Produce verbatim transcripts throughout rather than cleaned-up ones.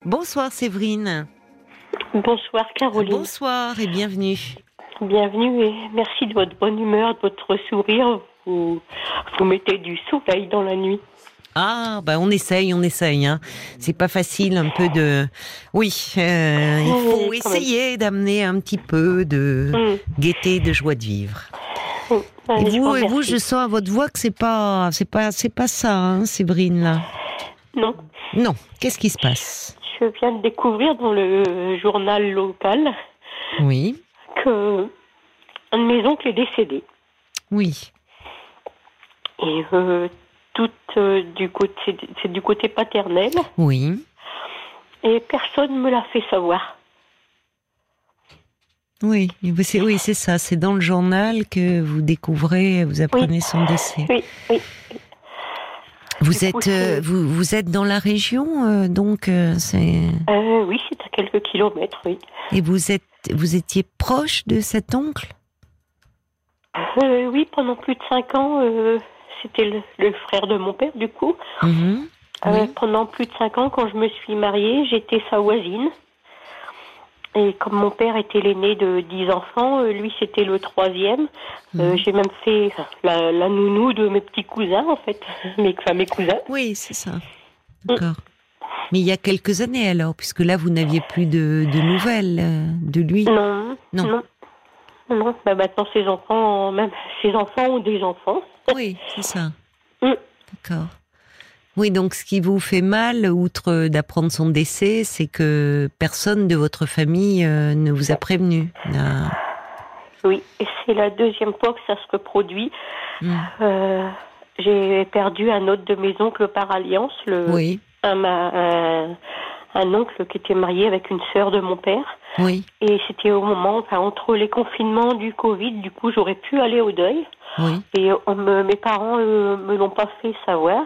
Bonsoir Séverine. Bonsoir Caroline. Bonsoir et bienvenue. Bienvenue et merci de votre bonne humeur, de votre sourire. Vous, vous mettez du soleil dans la nuit. Ah, bah on essaye, on essaye. Hein. C'est pas facile, un peu de... Oui, euh, il faut Oui, essayer d'amener un petit peu de Mmh. gaieté, de joie de vivre. Mmh. Et Allez, je vous, vous et vous, je remercie. sens à votre voix que c'est pas, c'est pas, c'est pas ça, hein, Séverine là. Non, Non. Qu'est-ce qui se passe? je viens de découvrir dans le journal local Oui, que un de mes oncles est décédé. oui, Et euh, tout euh, du côté, c'est, c'est du côté paternel. oui, Et personne me l'a fait savoir. oui. C'est, oui, c'est ça. C'est dans le journal que vous découvrez, vous apprenez Oui. son décès. Oui, oui. Vous Du êtes, coup, euh, c'est- vous, vous êtes dans la région, euh, donc euh, c'est. Euh, oui, c'est à quelques kilomètres, oui. Et vous êtes, vous étiez proche de cet oncle? Euh, oui, pendant plus de cinq ans, euh, c'était le, le frère de mon père, du coup. Mhm. Euh, Oui. Pendant plus de cinq ans, quand je me suis mariée, j'étais sa voisine. Et comme mon père était l'aîné de dix enfants, euh, lui c'était le troisième. Euh, Mhm. j'ai même fait la, la nounou de mes petits cousins, en fait, mes, enfin, mes cousins. Oui, c'est ça. D'accord. Mais il y a quelques années alors, puisque là vous n'aviez plus de, de nouvelles euh, de lui. Non, Non. non, non. Bah, maintenant, ses enfants, même ses enfants ont des enfants. Oui, c'est ça. Mm. D'accord. Oui, donc ce qui vous fait mal, outre d'apprendre son décès, c'est que personne de votre famille euh, ne vous a prévenu. N'a- Oui, et c'est la deuxième fois que ça se reproduit. Mm. Euh, j'ai perdu un autre de mes oncles par alliance, le, Oui, un, ma- un, un oncle qui était marié avec une sœur de mon père. oui, Et c'était au moment, enfin, entre les confinements du Covid, du coup, j'aurais pu aller au deuil. oui. Et on me, mes parents euh, me l'ont pas fait savoir.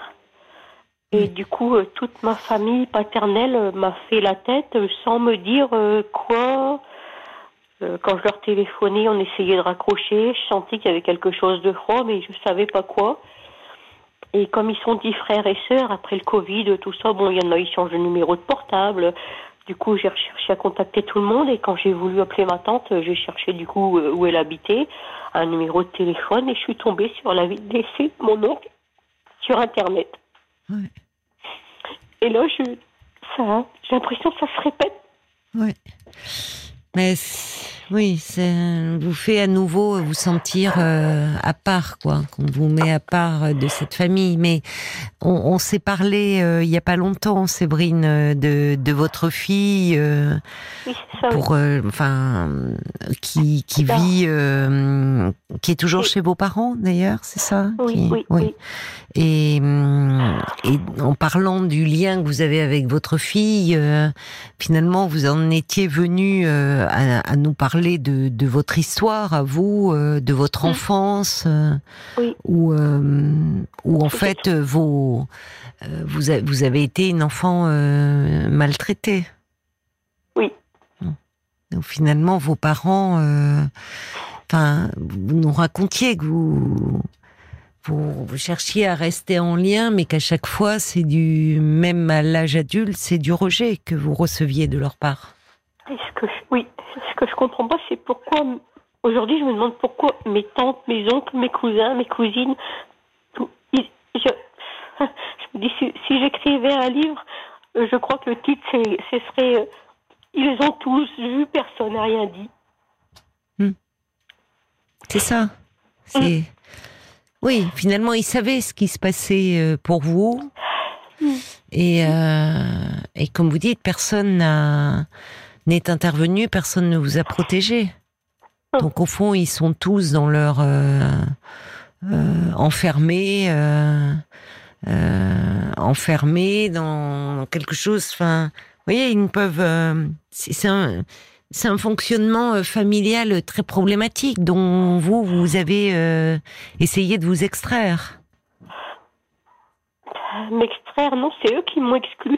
Et Mm. du coup, euh, toute ma famille paternelle euh, m'a fait la tête euh, sans me dire euh, quoi. Euh, quand je leur téléphonais, on essayait de raccrocher. Je sentais qu'il y avait quelque chose de froid, mais je savais pas quoi. Et comme ils sont dix frères et sœurs, après le Covid, tout ça, bon, il y en a, ils changent de numéro de portable. Du coup, j'ai recherché à contacter tout le monde. Et quand j'ai voulu appeler ma tante, euh, j'ai cherché du coup euh, où elle habitait, un numéro de téléphone, et je suis tombée sur l'avis de décès de mon oncle sur Internet. Ouais. Et là, je, ça, j'ai l'impression que ça se répète. Ouais. Mais c'est- oui, ça vous fait à nouveau vous sentir euh, à part, quoi, qu'on vous met à part de cette famille. Mais on, on s'est parlé euh, il y a pas longtemps, Séverine, euh, de, de votre fille, euh, Oui, c'est ça. pour, euh, enfin, qui qui Là. vit, euh, qui est toujours Oui. chez vos parents, d'ailleurs, c'est ça? Oui, Qui- oui, oui. Et, hum, et en parlant du lien que vous avez avec votre fille, euh, finalement, vous en étiez venu euh, à, à nous parler de, de votre histoire, à vous, euh, de votre Mm. enfance, euh, Oui. où, euh, où en Tout fait, euh, vos, euh, vous, a- vous avez été une enfant euh, maltraitée. Oui. Donc finalement, vos parents, euh, enfin, vous nous racontiez que vous Vous, vous cherchiez à rester en lien, mais qu'à chaque fois, c'est du, même à l'âge adulte, c'est du rejet que vous receviez de leur part. Et ce que je, oui, ce que je comprends pas, c'est pourquoi, aujourd'hui, je me demande pourquoi mes tantes, mes oncles, mes cousins, mes cousines, tout, ils, je, je me dis, si, si j'écrivais un livre, euh, je crois que le titre, c'est, ce serait, euh, ils ont tous vu, personne n'a rien dit. C'est ça. C'est, oui, finalement, ils savaient ce qui se passait euh, pour vous. Et, euh, et comme vous dites, personne n'a, n'est intervenu, personne ne vous a protégé. Donc au fond, ils sont tous dans leur euh, euh, enfermés, euh, euh, enfermés dans quelque chose. Enfin, vous voyez, ils ne peuvent. Euh, c'est, c'est un, c'est un fonctionnement euh, familial très problématique dont vous vous avez euh, essayé de vous extraire. M'extraire, non, c'est eux qui m'ont exclu.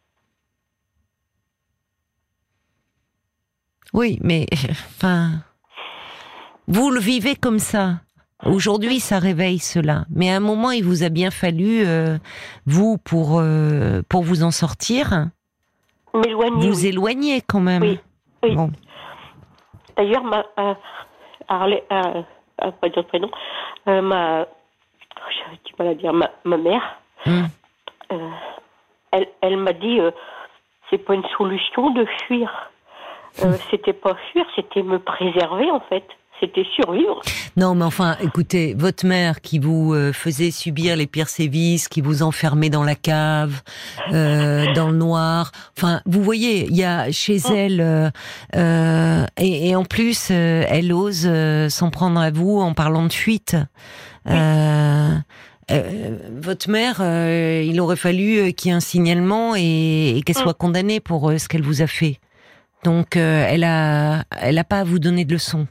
Oui, mais enfin, vous le vivez comme ça. Aujourd'hui, ça réveille cela. Mais à un moment, il vous a bien fallu, euh, vous, pour euh, pour vous en sortir, m'éloigner. Vous oui. éloignez quand même. Oui. oui. Bon. D'ailleurs, ma euh, Arlette, euh, euh, pas dire le prénom, euh, ma, j'ai du mal à dire, ma, ma mère, Hum. euh, elle, elle m'a dit, euh, c'est pas une solution de fuir. Euh, c'était pas fuir, c'était me préserver en fait. C'était survivre. Non, mais enfin, écoutez, votre mère qui vous euh, faisait subir les pires sévices, qui vous enfermait dans la cave, euh, dans le noir. Enfin, vous voyez, il y a chez elle, euh, euh, et, et en plus, euh, elle ose euh, s'en prendre à vous en parlant de fuite. Euh, euh, votre mère, euh, il aurait fallu euh, qu'il y ait un signalement et, et qu'elle soit condamnée pour euh, ce qu'elle vous a fait. Donc, euh, elle a, elle a pas à vous donner de leçons.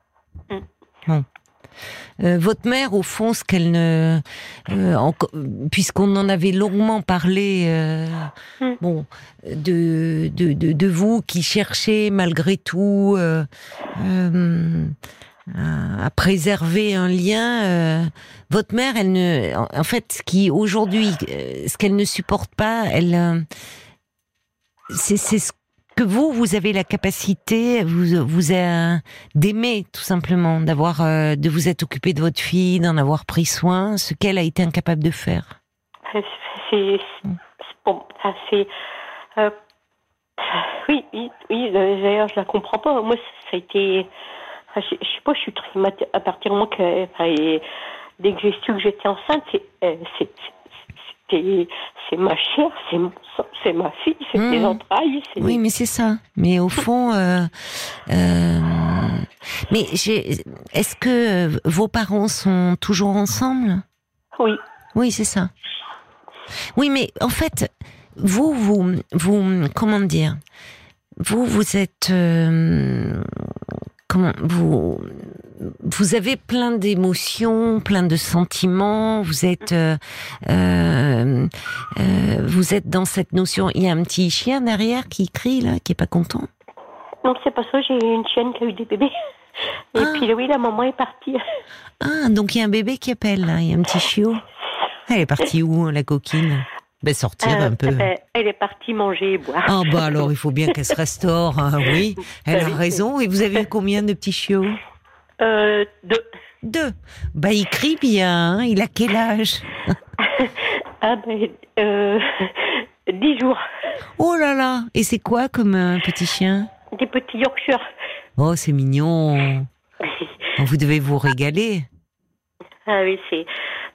Bon. Euh, votre mère, au fond, ce qu'elle ne, euh, en, puisqu'on en avait longuement parlé, euh, mm. bon, de, de de de vous qui cherchez malgré tout euh, euh, à, à préserver un lien. Euh, votre mère, elle ne, en, en fait, ce qui aujourd'hui, euh, ce qu'elle ne supporte pas, elle, euh, c'est c'est ce que vous, vous avez la capacité, vous, vous euh, d'aimer tout simplement, d'avoir, euh, de vous être occupé de votre fille, d'en avoir pris soin, ce qu'elle a été incapable de faire. C'est, c'est, bon, c'est, euh, oui, oui, oui. D'ailleurs, je la comprends pas. Moi, ça a été, je, je sais pas, je suis très à partir du moment que, enfin, dès que j'ai su que j'étais enceinte, c'est, c'est, c'est, c'est ma chair, c'est mon sang, c'est ma fille, c'est mmh. mes entrailles. C'est oui, mes... mais c'est ça. Mais au fond, euh, euh, mais j'ai, est-ce que vos parents sont toujours ensemble ? Oui. Oui, c'est ça. Oui, mais en fait, vous, vous, vous, comment dire ? Vous, vous êtes, euh, comment, vous, vous avez plein d'émotions, plein de sentiments. Vous êtes, euh, euh, euh, vous êtes dans cette notion. Il y a un petit chien derrière qui crie là, qui est pas content. Non, c'est pas ça. J'ai une chienne qui a eu des bébés. Et ah. puis oui, la maman est partie. Ah, donc il y a un bébé qui appelle là. Il y a un petit chiot. Elle est partie où, la coquine ? Ben, sortir euh, un peu. Ben, elle est partie manger et boire. Ah bah alors il faut bien qu'elle se restaure, hein, oui. Elle a raison. Et vous avez eu combien de petits chiots ? Euh, deux. Deux. Bah il crie bien. Hein. Il a quel âge ? Ah ben euh, dix jours. Oh là là. Et c'est quoi comme un petit chien ? Des petits Yorkshire. Oh c'est mignon. Vous devez vous régaler. Ah oui c'est.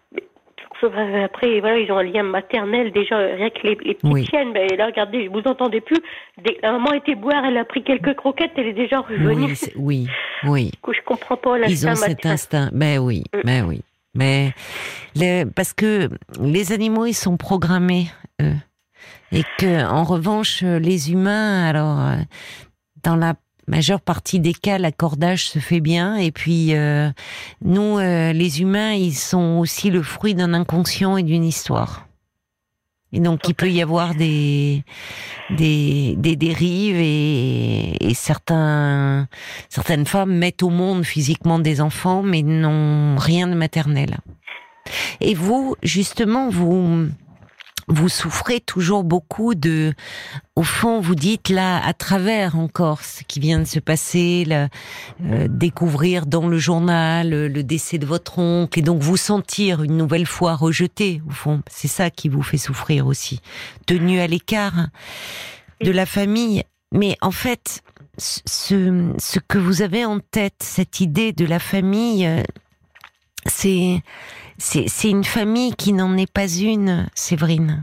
Après, voilà, ils ont un lien maternel déjà, rien que les, les petites oui. chiennes. Ben là, regardez, je vous entendais plus. Dès, la maman était boire, elle a pris quelques croquettes, elle est déjà revenue. Oui, oui, oui. Du coup, je comprends pas l'instinct. Ils ont cet matin. instinct. Ben oui, mm. ben oui. Mais le, parce que les animaux, ils sont programmés, eux, et que en revanche, les humains, alors dans la majeure partie des cas, l'accordage se fait bien. Et puis, euh, nous, euh, les humains, ils sont aussi le fruit d'un inconscient et d'une histoire. Et donc, il peut y avoir des des, des dérives et, et certains certaines femmes mettent au monde physiquement des enfants, mais n'ont rien de maternel. Et vous, justement, vous vous souffrez toujours beaucoup de, au fond, vous dites là, à travers encore ce qui vient de se passer, là, euh, découvrir dans le journal le, le décès de votre oncle, et donc vous sentir une nouvelle fois rejeté, au fond, c'est ça qui vous fait souffrir aussi, tenu à l'écart de la famille. Mais en fait, ce, ce que vous avez en tête, cette idée de la famille, c'est C'est, c'est une famille qui n'en est pas une, Séverine.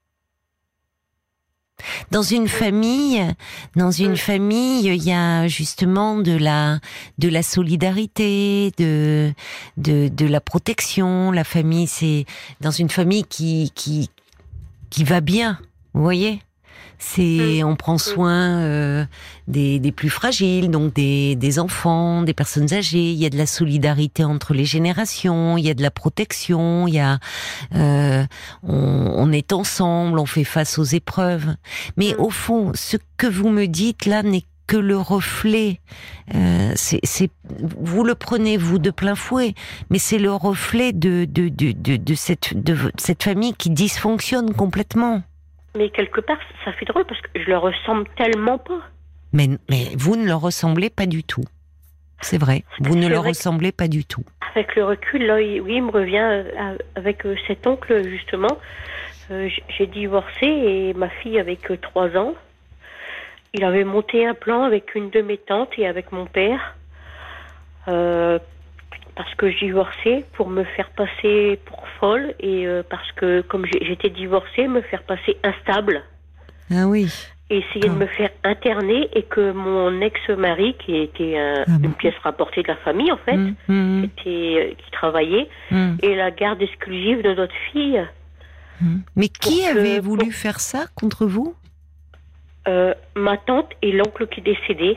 Dans une famille, dans une famille, il y a justement de la, de la solidarité, de, de, de la protection. La famille, c'est dans une famille qui, qui, qui va bien. Vous voyez? C'est, on prend soin euh, des, des plus fragiles, donc des, des enfants, des personnes âgées. Il y a de la solidarité entre les générations, il y a de la protection, il y a, euh, on, on est ensemble, on fait face aux épreuves. Mais au fond, ce que vous me dites là n'est que le reflet. Euh, c'est, c'est, vous le prenez vous de plein fouet, mais c'est le reflet de de de de, de cette de cette famille qui dysfonctionne complètement. Mais quelque part, ça fait drôle parce que je leur ressemble tellement pas. Mais, mais vous ne leur ressemblez pas du tout. C'est vrai, vous ne leur vrai ressemblez pas du tout. Avec le recul, là, il, oui, il me revient euh, avec euh, cet oncle, justement. Euh, j'ai divorcé et ma fille avait que trois ans. Il avait monté un plan avec une de mes tantes et avec mon père. Euh, parce que je divorçais pour me faire passer pour folle et euh, parce que, comme j'étais divorcée, me faire passer instable. Ah oui. Et essayer de me faire interner et que mon ex-mari, qui était un, ah bon. une pièce rapportée de la famille, en fait, mmh, mmh. Qui, était, qui travaillait, mmh. et la garde exclusive de notre fille. Mmh. Mais qui avait que, voulu pour... faire ça contre vous? euh, Ma tante et l'oncle qui est décédé.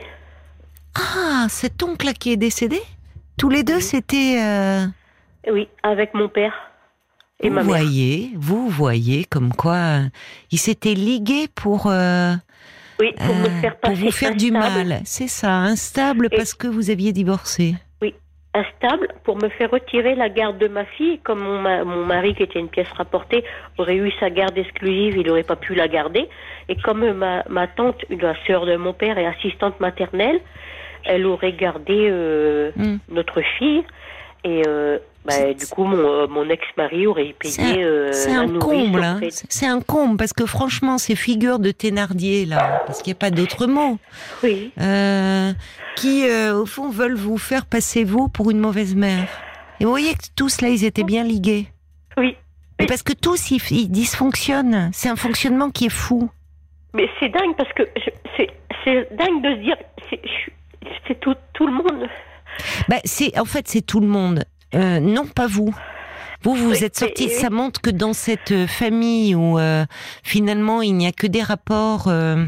Ah, cet oncle-là qui est décédé? Tous les deux, oui. C'était... Euh... Oui, avec mon père. Et vous ma voyez, mère. vous voyez comme quoi euh, ils s'étaient ligués pour, euh, oui, pour, euh, me faire passer pour vous faire instable. Du mal. C'est ça, instable et, parce que vous aviez divorcé. Oui, instable pour me faire retirer la garde de ma fille. Comme mon, ma, mon mari, qui était une pièce rapportée, aurait eu sa garde exclusive, il n'aurait pas pu la garder. Et comme ma, ma tante, la sœur de mon père, est assistante maternelle, elle aurait gardé euh, mm. notre fille. Et euh, bah, du coup, mon, euh, mon ex-mari aurait payé c'est un, euh, c'est un comble, hein. C'est un comble, parce que franchement, ces figures de Thénardier, là, parce qu'il n'y a pas d'autre mot, oui. euh, qui, euh, au fond, veulent vous faire passer vous pour une mauvaise mère. Et vous voyez que tous, là, ils étaient bien ligués. Oui. Mais parce que tous, ils, ils dysfonctionnent. C'est un fonctionnement qui est fou. Mais c'est dingue, parce que je, c'est, c'est dingue de se dire, c'est, c'est tout, tout le monde... Bah, c'est, en fait, c'est tout le monde. Euh, non, pas vous. Vous, vous oui, êtes sortis. Ça montre que dans cette famille où euh, finalement il n'y a que des rapports euh,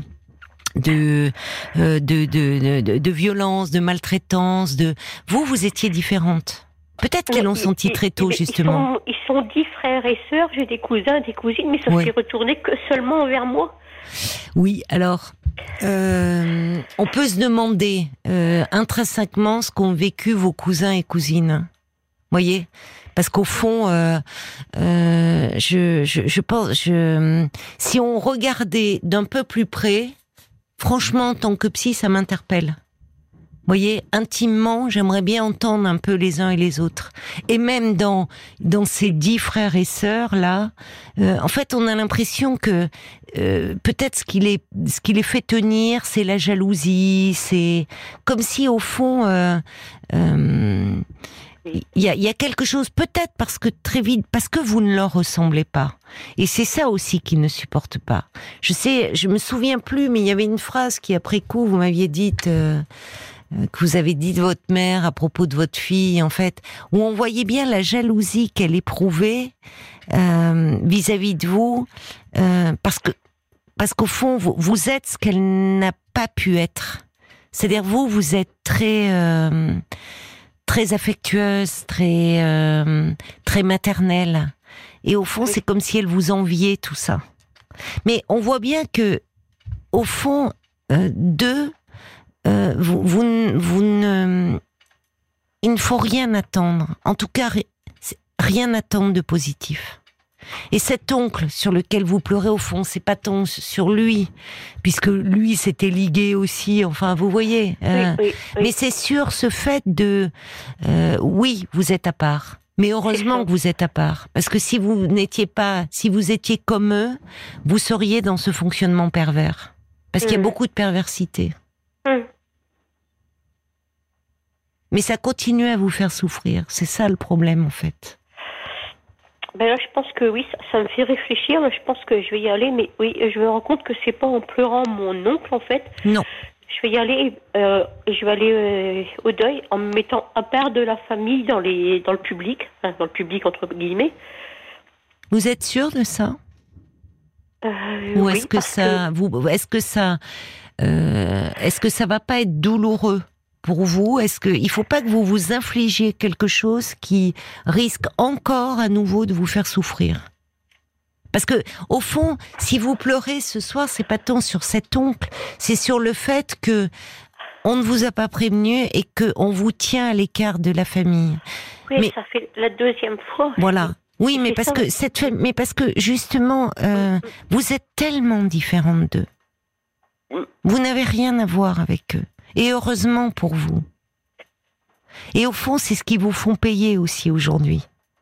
de, euh, de, de, de, de violence, de maltraitance. De vous, vous étiez différentes. Peut-être qu'elles l'ont senti très tôt, justement. Ils sont, ils sont dix frères et sœurs. J'ai des cousins, des cousines, mais ça ouais. s'est retourné que seulement envers moi. Oui, alors. Euh, on peut se demander euh, intrinsèquement ce qu'ont vécu vos cousins et cousines. Voyez, parce qu'au fond, euh, euh, je, je, je pense, je, si on regardait d'un peu plus près, franchement, en tant que psy, ça m'interpelle. Voyez, intimement, j'aimerais bien entendre un peu les uns et les autres. Et même dans dans ces dix frères et sœurs là, euh, en fait, on a l'impression que euh, peut-être ce qui les ce qui les fait tenir, c'est la jalousie. C'est comme si au fond, euh, euh, il y a il y a quelque chose. Peut-être parce que très vite, parce que vous ne leur ressemblez pas. Et c'est ça aussi qu'ils ne supportent pas. Je sais, je me souviens plus, mais il y avait une phrase qui après coup vous m'aviez dite. Euh, que vous avez dit de votre mère à propos de votre fille, en fait, où on voyait bien la jalousie qu'elle éprouvait euh, vis-à-vis de vous, euh, parce que parce qu'au fond, vous, vous êtes ce qu'elle n'a pas pu être. C'est-à-dire vous, vous êtes très euh, très affectueuse, très euh, très maternelle, et au fond, c'est comme si elle vous enviait tout ça. Mais on voit bien que, au fond, euh, deux Euh, vous, vous, vous ne, il ne faut rien attendre. En tout cas, rien attendre de positif. Et cet oncle sur lequel vous pleurez, au fond, c'est pas tant sur lui, puisque lui s'était ligué aussi. Enfin, vous voyez. Euh, oui, oui, oui. Mais c'est sur ce fait de, euh, oui, vous êtes à part. Mais heureusement que vous êtes à part, parce que si vous n'étiez pas, si vous étiez comme eux, vous seriez dans ce fonctionnement pervers, parce mmh. qu'il y a beaucoup de perversité. Mmh. Mais ça continue à vous faire souffrir. C'est ça le problème, en fait. Ben là, je pense que oui, ça, ça me fait réfléchir. Je pense que je vais y aller, mais oui, je me rends compte que c'est pas en pleurant mon oncle, en fait. Non. Je vais y aller, euh, je vais aller euh, au deuil en me mettant à part de la famille dans les, dans le public, enfin, dans le public entre guillemets. Vous êtes sûr de ça? euh, Ou oui, est-ce que ça, que... vous, est-ce que ça, euh, est-ce que ça va pas être douloureux? Pour vous, est-ce que il faut pas que vous vous infligiez quelque chose qui risque encore à nouveau de vous faire souffrir? Parce que au fond, si vous pleurez ce soir, c'est pas tant sur cet oncle, c'est sur le fait que on ne vous a pas prévenu et que on vous tient à l'écart de la famille. Oui, mais ça fait la deuxième fois. Voilà. Oui, mais C'est parce ça. que cette femme, mais parce que justement, euh, vous êtes tellement différente d'eux. Mm. Vous n'avez rien à voir avec eux. Et heureusement pour vous. Et au fond, c'est ce qu'ils vous font payer aussi aujourd'hui.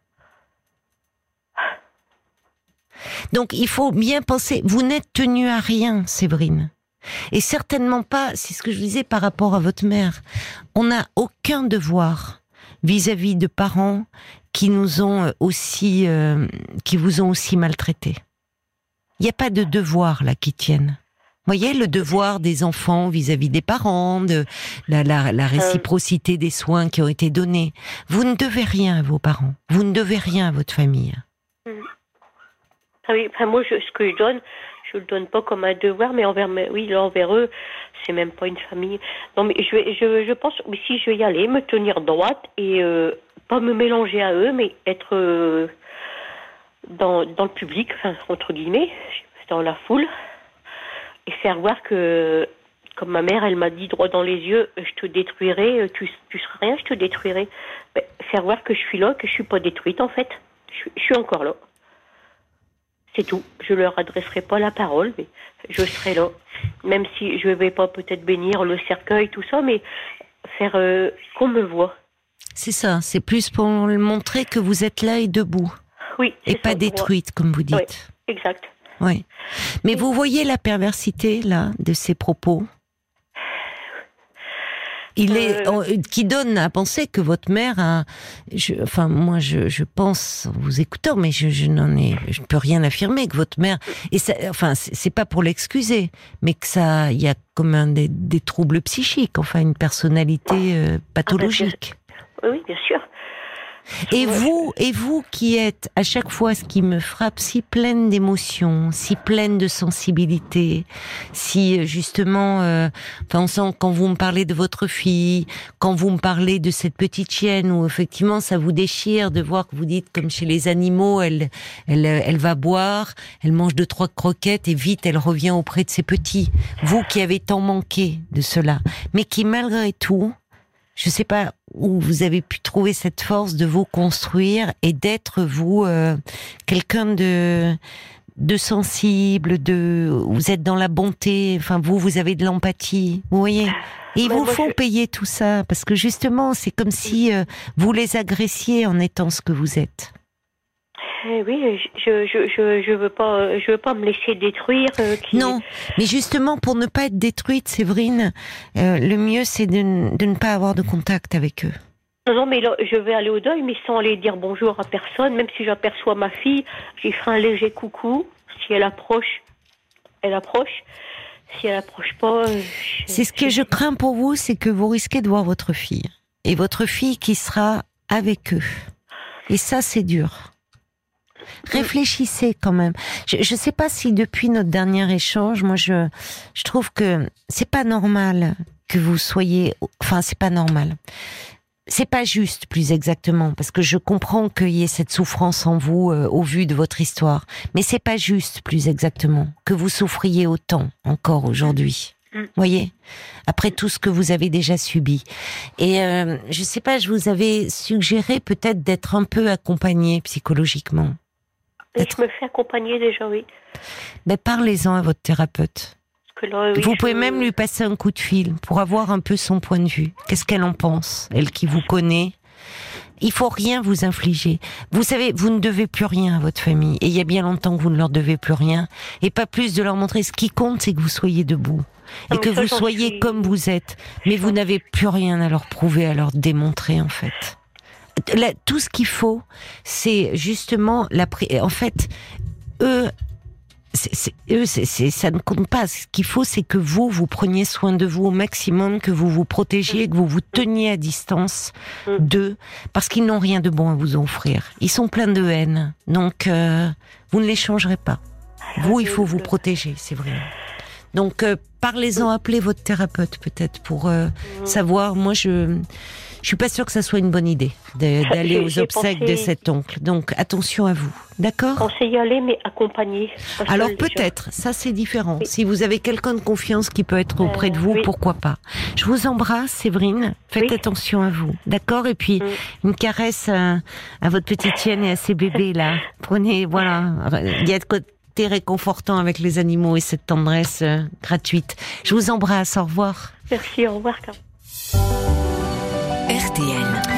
Donc, il faut bien penser, vous n'êtes tenue à rien, Séverine. Et certainement pas, c'est ce que je disais par rapport à votre mère. On n'a aucun devoir vis-à-vis de parents qui nous ont aussi, euh, qui vous ont aussi maltraité. Il n'y a pas de devoir là qui tienne. Vous voyez, le devoir des enfants vis-à-vis des parents, de la, la, la réciprocité des soins qui ont été donnés. Vous ne devez rien à vos parents. Vous ne devez rien à votre famille. Ah oui, enfin, moi, je, ce que je donne, je le donne pas comme un devoir, mais envers, mes, oui, là, envers eux, c'est même pas une famille. Non, mais je, vais, je, je pense, oui, si je vais y aller, me tenir droite et euh, pas me mélanger à eux, mais être euh, dans, dans le public, enfin, entre guillemets, dans la foule, et faire voir que, comme ma mère, elle m'a dit droit dans les yeux, je te détruirai, tu, tu seras rien, je te détruirai. Mais faire voir que je suis là, que je suis pas détruite, en fait. Je, je suis encore là. C'est tout. Je leur adresserai pas la parole, mais je serai là. Même si je vais pas peut-être bénir le cercueil, tout ça, mais faire euh, qu'on me voit. C'est ça, c'est plus pour montrer que vous êtes là et debout. Oui. Et pas ça, détruite, comme vous dites. Oui, exact. Oui. Mais vous voyez la perversité, là, de ces propos? Il est, Euh... qui donne à penser que votre mère a, je, enfin, moi, je, je pense, en vous écoutant, mais je, je n'en ai, je ne peux rien affirmer que votre mère, et ça, enfin, c'est, c'est pas pour l'excuser, mais que ça, il y a comme un des, des troubles psychiques, enfin, une personnalité euh, pathologique. Ah ben, oui, bien sûr. Et vous, et vous qui êtes à chaque fois, ce qui me frappe, si pleine d'émotions, si pleine de sensibilité, si justement, euh, enfin on sent quand vous me parlez de votre fille, quand vous me parlez de cette petite chienne où effectivement ça vous déchire de voir que vous dites comme chez les animaux, elle, elle, elle va boire, elle mange deux trois croquettes et vite elle revient auprès de ses petits. Vous qui avez tant manqué de cela, mais qui malgré tout, je sais pas où vous avez pu trouver cette force de vous construire et d'être vous euh, quelqu'un de de sensible, de vous êtes dans la bonté. Enfin vous, vous avez de l'empathie. Vous voyez. Et ils vous font je... payer tout ça parce que justement, c'est comme si euh, vous les agressiez en étant ce que vous êtes. Eh oui, je je je je veux pas je veux pas me laisser détruire. Euh, qui... Non, mais justement pour ne pas être détruite, Séverine, euh, le mieux c'est de, de ne pas avoir de contact avec eux. Non, non, mais là, je vais aller au deuil, mais sans aller dire bonjour à personne. Même si j'aperçois ma fille, j'y ferai un léger coucou. Si elle approche, elle approche. Si elle approche pas, euh, je... c'est ce que je crains pour vous, c'est que vous risquez de voir votre fille et votre fille qui sera avec eux. Et ça, c'est dur. Réfléchissez quand même. Je ne sais pas si depuis notre dernier échange, moi je je trouve que c'est pas normal que vous soyez. Enfin, c'est pas normal. C'est pas juste, plus exactement, parce que je comprends qu'il y ait cette souffrance en vous euh, au vu de votre histoire. Mais c'est pas juste, plus exactement, que vous souffriez autant encore aujourd'hui. Voyez, après tout ce que vous avez déjà subi. Et euh, je sais pas, je vous avais suggéré peut-être d'être un peu accompagné psychologiquement. Et je me fais accompagner déjà, oui. Ben, parlez-en à votre thérapeute. Que là, oui, vous je... pouvez même lui passer un coup de fil pour avoir un peu son point de vue. Qu'est-ce qu'elle en pense, elle qui vous connaît. Il faut rien vous infliger. Vous savez, vous ne devez plus rien à votre famille. Et il y a bien longtemps que vous ne leur devez plus rien. Et pas plus de leur montrer. Ce qui compte, c'est que vous soyez debout. Et non, que ça, vous soyez suis... comme vous êtes. Mais vous n'avez plus rien à leur prouver, à leur démontrer, en fait. Là, tout ce qu'il faut, c'est justement la. En fait, eux, c'est, c'est, eux, c'est, c'est, ça ne compte pas. Ce qu'il faut, c'est que vous, vous preniez soin de vous au maximum, que vous vous protégiez, que vous vous teniez à distance d'eux, parce qu'ils n'ont rien de bon à vous offrir. Ils sont pleins de haine, donc euh, vous ne les changerez pas. Vous, il faut vous protéger, c'est vrai. Donc, euh, parlez-en, appelez votre thérapeute peut-être pour euh, mmh. savoir. Moi, je je suis pas sûre que ça soit une bonne idée de, d'aller aux obsèques pensé... de cet oncle. Donc, attention à vous, d'accord ? Pensez y aller, mais accompagné. Alors peut-être, ça c'est différent. Oui. Si vous avez quelqu'un de confiance qui peut être auprès euh, de vous, oui. pourquoi pas ? Je vous embrasse, Séverine. Faites oui. attention à vous, d'accord ? Et puis mmh. une caresse à, à votre petite hyène et à ses bébés là. Prenez, voilà. Il y a de côté réconfortant avec les animaux et cette tendresse euh, gratuite. Je vous embrasse. Au revoir. Merci. Au revoir. R T L